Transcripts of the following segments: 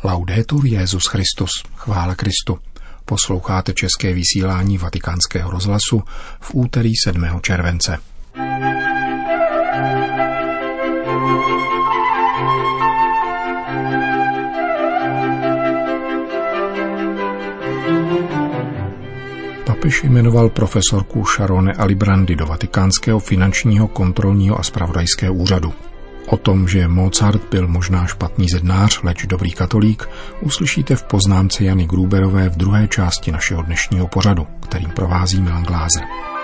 Laudetur Jesus Christus, chvála Kristu. Posloucháte české vysílání Vatikánského rozhlasu v úterý 7. července. Papež jmenoval profesorku Sharon Alibrandi do Vatikánského finančního, kontrolního a zpravodajského úřadu. O tom, že Mozart byl možná špatný zednář, leč dobrý katolík, uslyšíte v poznámce Jany Gruberové v druhé části našeho dnešního pořadu, kterým provází Milan Glázer.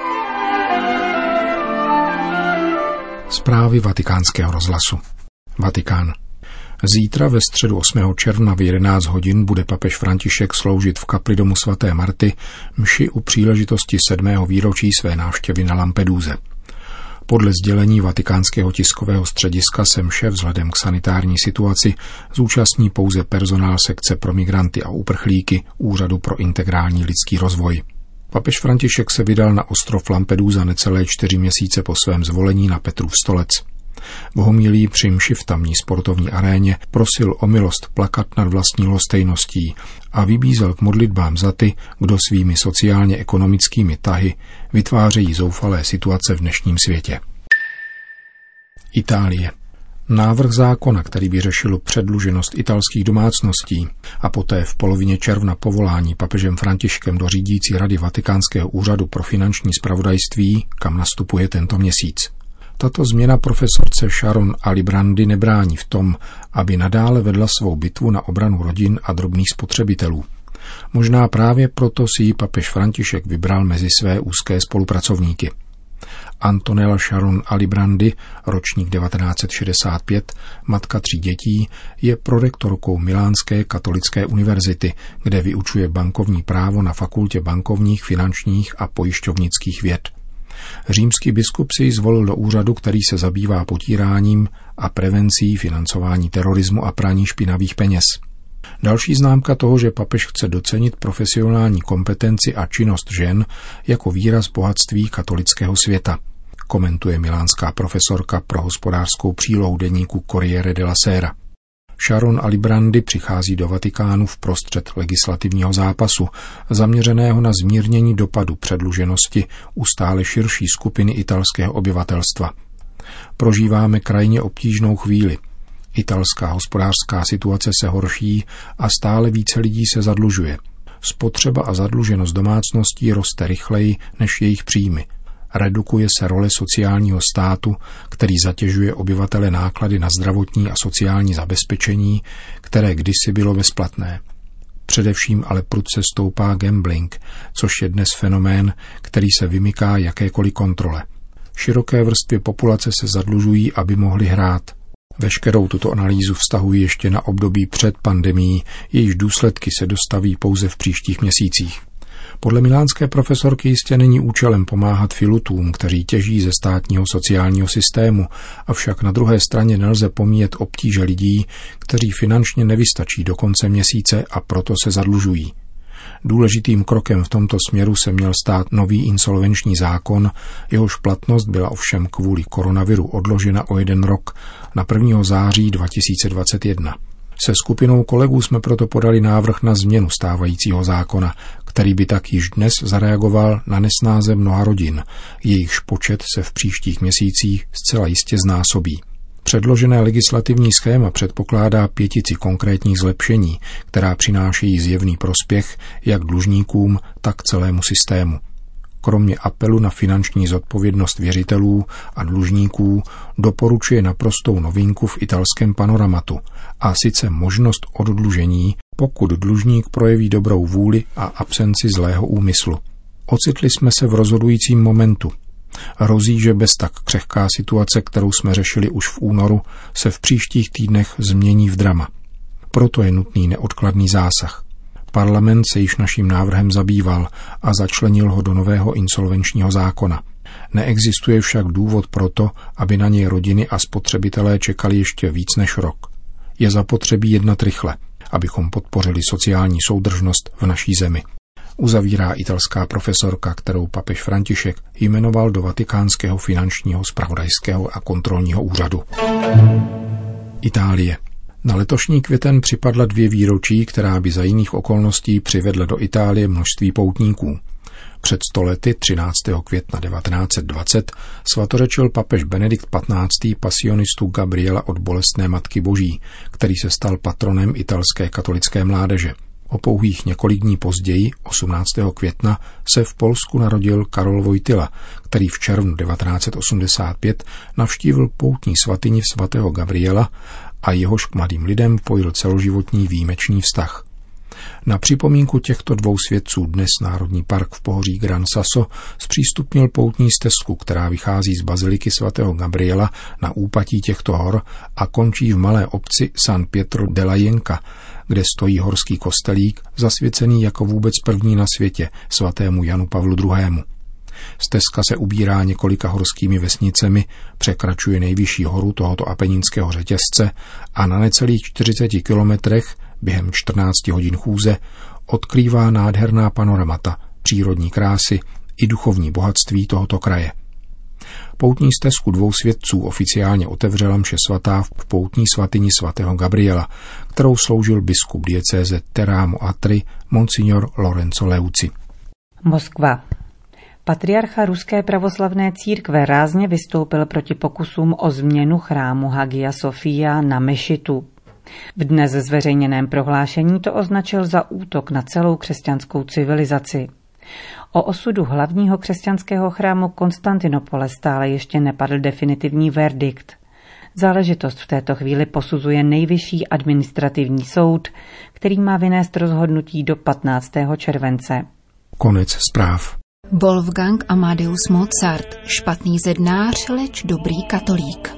Zprávy Vatikánského rozhlasu. Vatikán. Zítra ve středu 8. června v 11 hodin bude papež František sloužit v kapli domu svaté Marty mši u příležitosti 7. výročí své návštěvy na Lampedúze. Podle sdělení Vatikánského tiskového střediska se mše vzhledem k sanitární situaci zúčastní pouze personál sekce pro migranty a uprchlíky Úřadu pro integrální lidský rozvoj. Papež František se vydal na ostrov Lampedusa necelé 4 měsíce po svém zvolení na Petrův stolec. V homilii při mši v tamní sportovní aréně prosil o milost plakat nad vlastní lhostejností a vybízel k modlitbám za ty, kdo svými sociálně-ekonomickými tahy vytvářejí zoufalé situace v dnešním světě. Itálie. Návrh zákona, který by řešil předluženost italských domácností a poté v polovině června povolání papežem Františkem do řídící rady Vatikánského úřadu pro finanční zpravodajství, kam nastupuje tento měsíc. Tato změna profesorce Sharon Alibrandi nebrání v tom, aby nadále vedla svou bitvu na obranu rodin a drobných spotřebitelů. Možná právě proto si ji papež František vybral mezi své úzké spolupracovníky. Antonella Sharon Alibrandi, ročník 1965, matka 3 dětí, je prorektorkou Milánské katolické univerzity, kde vyučuje bankovní právo na fakultě bankovních, finančních a pojišťovnických věd. Římský biskup si ji zvolil do úřadu, který se zabývá potíráním a prevencí financování terorismu a praní špinavých peněz. Další známka toho, že papež chce docenit profesionální kompetenci a činnost žen jako výraz bohatství katolického světa, komentuje milánská profesorka pro hospodářskou přílohu deníku Corriere della Sera. Sharon Alibrandi přichází do Vatikánu v prostřed legislativního zápasu, zaměřeného na zmírnění dopadu předluženosti u stále širší skupiny italského obyvatelstva. Prožíváme krajně obtížnou chvíli. Italská hospodářská situace se horší a stále více lidí se zadlužuje. Spotřeba a zadluženost domácností roste rychleji než jejich příjmy. Redukuje se role sociálního státu, který zatěžuje obyvatele náklady na zdravotní a sociální zabezpečení, které kdysi bylo bezplatné. Především ale prudce stoupá gambling, což je dnes fenomén, který se vymyká jakékoliv kontrole. Široké vrstvy populace se zadlužují, aby mohli hrát. Veškerou tuto analýzu vztahují ještě na období před pandemií, jejíž důsledky se dostaví pouze v příštích měsících. Podle milánské profesorky jistě není účelem pomáhat filutům, kteří těží ze státního sociálního systému, avšak na druhé straně nelze pomíjet obtíže lidí, kteří finančně nevystačí do konce měsíce a proto se zadlužují. Důležitým krokem v tomto směru se měl stát nový insolvenční zákon, jehož platnost byla ovšem kvůli koronaviru odložena o 1 rok na 1. září 2021. Se skupinou kolegů jsme proto podali návrh na změnu stávajícího zákona, který by tak již dnes zareagoval na nesnáze mnoha rodin, jejichž počet se v příštích měsících zcela jistě znásobí. Předložené legislativní schéma předpokládá 5 konkrétních zlepšení, která přinášejí zjevný prospěch jak dlužníkům, tak celému systému. Kromě apelu na finanční zodpovědnost věřitelů a dlužníků doporučuje naprostou novinku v italském panoramatu, a sice možnost oddlužení, pokud dlužník projeví dobrou vůli a absenci zlého úmyslu. Ocitli jsme se v rozhodujícím momentu. Hrozí, že bez tak křehká situace, kterou jsme řešili už v únoru, se v příštích týdnech změní v drama. Proto je nutný neodkladný zásah. Parlament se již naším návrhem zabýval a začlenil ho do nového insolvenčního zákona. Neexistuje však důvod pro to, aby na něj rodiny a spotřebitelé čekali ještě víc než rok. Je zapotřebí jednat rychle, abychom podpořili sociální soudržnost v naší zemi. Uzavírá italská profesorka, kterou papež František jmenoval do Vatikánského finančního, zpravodajského a kontrolního úřadu. Itálie. Na letošní květen připadla 2 výročí, která by za jiných okolností přivedla do Itálie množství poutníků. Před 100 lety, 13. května 1920, svatořečil papež Benedikt XV. Pasionistu Gabriela od Bolestné Matky Boží, který se stal patronem italské katolické mládeže. O pouhých několik dní později, 18. května, se v Polsku narodil Karol Wojtyla, který v červnu 1985 navštívil poutní svatyni svatého Gabriela a jehož k mladým lidem pojil celoživotní výjimečný vztah. Na připomínku těchto 2 svědců dnes Národní park v pohoří Gran Sasso zpřístupnil poutní stezku, která vychází z baziliky svatého Gabriela na úpatí těchto hor a končí v malé obci San Pietro della Jenka, kde stojí horský kostelík, zasvěcený jako vůbec první na světě svatému Janu Pavlu II. Stezka se ubírá několika horskými vesnicemi, překračuje nejvyšší horu tohoto apeninského řetězce a na necelých 40 kilometrech během 14 hodin chůze odkrývá nádherná panoramata, přírodní krásy i duchovní bohatství tohoto kraje. Poutní stezku 2 svědců oficiálně otevřela mše svatá v poutní svatyni svatého Gabriela, kterou sloužil biskup diecéze Teramo Atri Monsignor Lorenzo Leuci. Moskva. Patriarcha Ruské pravoslavné církve rázně vystoupil proti pokusům o změnu chrámu Hagia Sofia na mešitu. V dnes zveřejněném prohlášení to označil za útok na celou křesťanskou civilizaci. O osudu hlavního křesťanského chrámu Konstantinopole stále ještě nepadl definitivní verdikt. Záležitost v této chvíli posuzuje Nejvyšší administrativní soud, který má vynést rozhodnutí do 15. července. Konec zpráv. Wolfgang Amadeus Mozart, špatný zednář, leč dobrý katolík.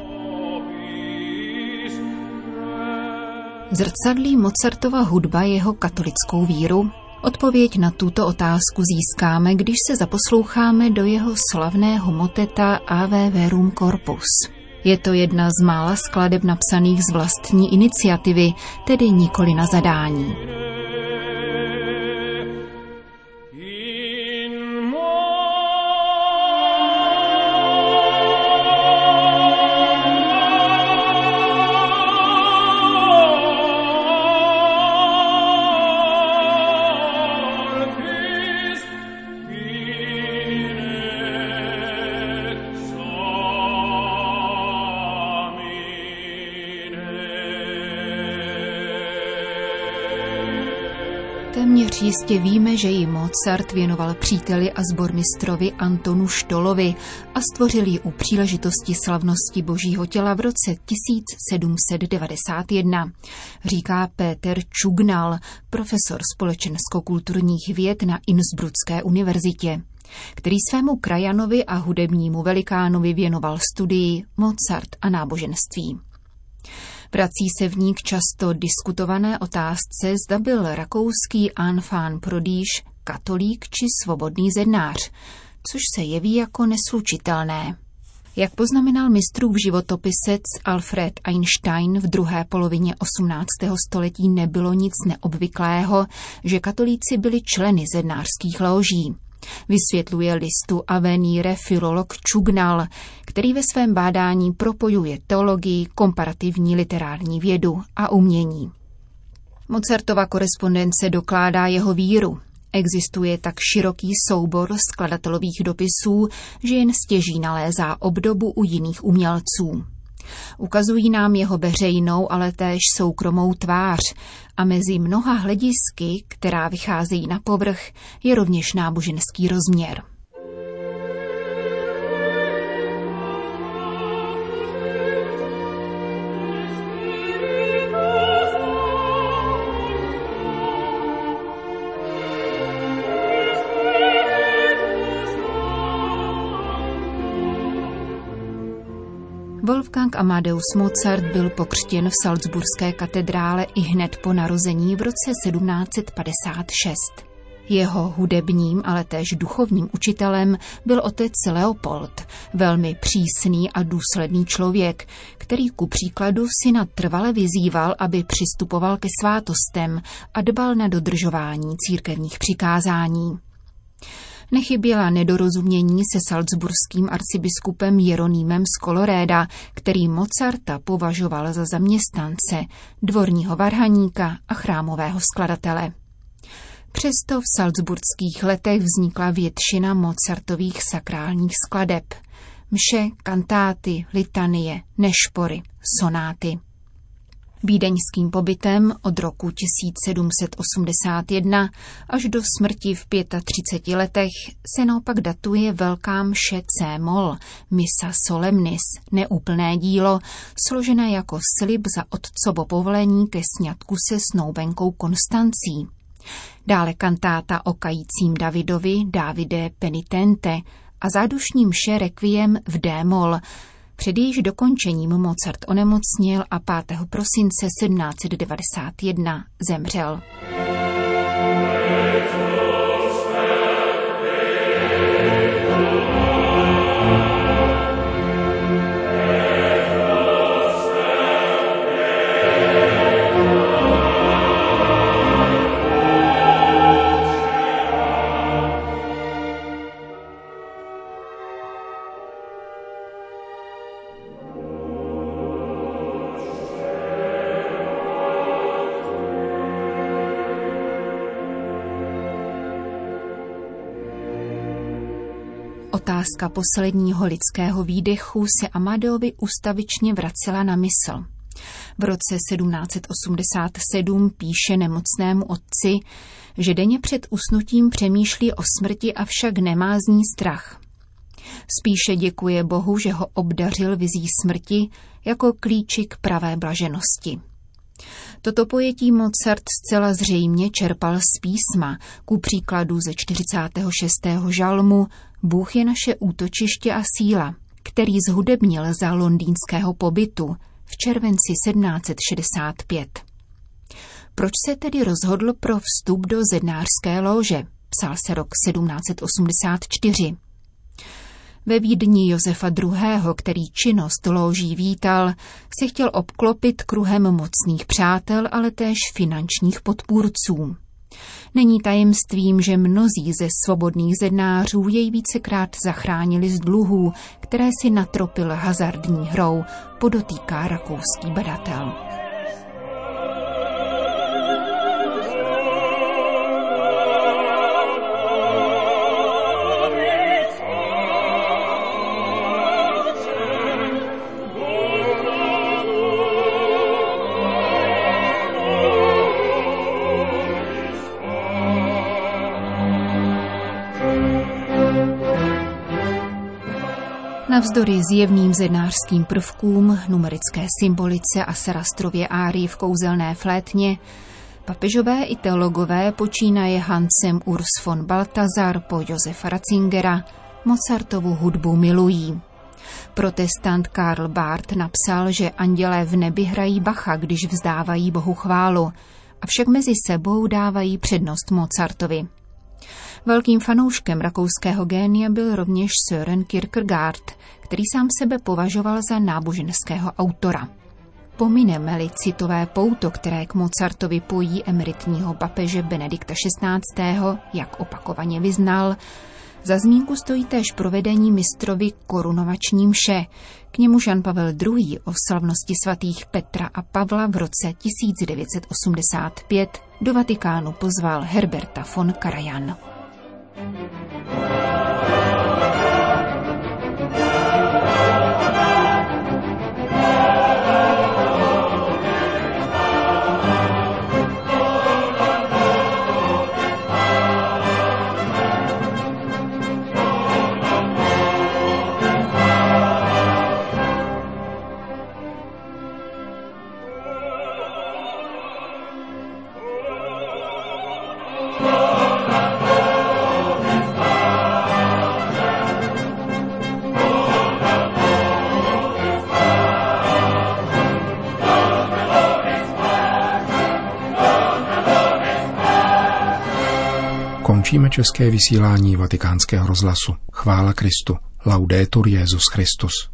Zrcadlí Mozartova hudba jeho katolickou víru? Odpověď na tuto otázku získáme, když se zaposloucháme do jeho slavného moteta Ave Verum Corpus. Je to jedna z mála skladeb napsaných z vlastní iniciativy, tedy nikoli na zadání. Téměř jistě víme, že ji Mozart věnoval příteli a sbormistrovi Antonu Štolovi a stvořil ji u příležitosti slavnosti Božího těla v roce 1791, říká Péter Čugnal, profesor společensko-kulturních věd na Innsbrucké univerzitě, který svému krajanovi a hudebnímu velikánovi věnoval studii Mozart a náboženství. Vrací se v ní k často diskutované otázce, zda byl rakouský enfant prodige katolík či svobodný zednář, což se jeví jako neslučitelné. Jak poznamenal mistrův životopisec Alfred Einstein, v druhé polovině 18. století nebylo nic neobvyklého, že katolíci byli členy zednářských lóží. Vysvětluje listu Avenire filolog Čugnal, který ve svém bádání propojuje teologii, komparativní literární vědu a umění. Mozartova korespondence dokládá jeho víru. Existuje tak široký soubor skladatelových dopisů, že jen stěží nalézá obdobu u jiných umělců. Ukazují nám jeho veřejnou, ale též soukromou tvář a mezi mnoha hledisky, která vycházejí na povrch, je rovněž náboženský rozměr. Wolfgang Amadeus Mozart byl pokřtěn v Salzburské katedrále ihned po narození v roce 1756. Jeho hudebním, ale též duchovním učitelem byl otec Leopold, velmi přísný a důsledný člověk, který ku příkladu syna trvale vyzýval, aby přistupoval ke svátostem a dbal na dodržování církevních přikázání. Nechyběla nedorozumění se salzburským arcibiskupem Jeronýmem z Koloréda, který Mozarta považoval za zaměstnance, dvorního varhaníka a chrámového skladatele. Přesto v salzburských letech vznikla většina Mozartových sakrálních skladeb. Mše, kantáty, litanie, nešpory, sonáty. Vídeňským pobytem od roku 1781 až do smrti v 35 letech se naopak datuje velká mše C-moll, Missa solemnis, neúplné dílo, složené jako slib za otcovo povolení ke sňatku se snoubenkou Konstancí. Dále kantáta o kajícím Davidovi, Davide penitente, a zádušní mše requiem v D-moll. Před jejíž dokončením Mozart onemocněl a 5. prosince 1791 zemřel. Otázka posledního lidského výdechu se Amadeovi ustavičně vracela na mysl. V roce 1787 píše nemocnému otci, že denně před usnutím přemýšlí o smrti, avšak nemá z ní strach. Spíše děkuje Bohu, že ho obdařil vizí smrti jako klíči k pravé blaženosti. Toto pojetí Mozart zcela zřejmě čerpal z písma, ku příkladu ze 46. žalmu Bůh je naše útočiště a síla, který zhudebnil za londýnského pobytu v červenci 1765. Proč se tedy rozhodl pro vstup do zednářské lóže? Psal se rok 1784. Ve Vídni Josefa II., který činnost lóží vítal, se chtěl obklopit kruhem mocných přátel, ale též finančních podpůrců. Není tajemstvím, že mnozí ze svobodných zednářů jej vícekrát zachránili z dluhů, které si natropil hazardní hrou, podotýká rakouský badatel. Navzdory zjevným zednářským prvkům, numerické symbolice a Sarastrově árii v kouzelné flétně, papežové i teologové počínaje Hansem Urs von Balthasar po Josefa Ratzingera Mozartovu hudbu milují. Protestant Karl Barth napsal, že andělé v nebi hrají Bacha, když vzdávají Bohu chválu, avšak mezi sebou dávají přednost Mozartovi. Velkým fanouškem rakouského génia byl rovněž Søren Kierkegaard, který sám sebe považoval za náboženského autora. Pomineme-li citové pouto, které k Mozartovi pojí emeritního papeže Benedikta XVI., jak opakovaně vyznal, za zmínku stojí též provedení mistrovy korunovační mše, k němuž Jan Pavel II. O slavnosti svatých Petra a Pavla v roce 1985 do Vatikánu pozval Herberta von Karajan. Končíme české vysílání Vatikánského rozhlasu. Chvála Kristu. Laudetur Jesus Christus.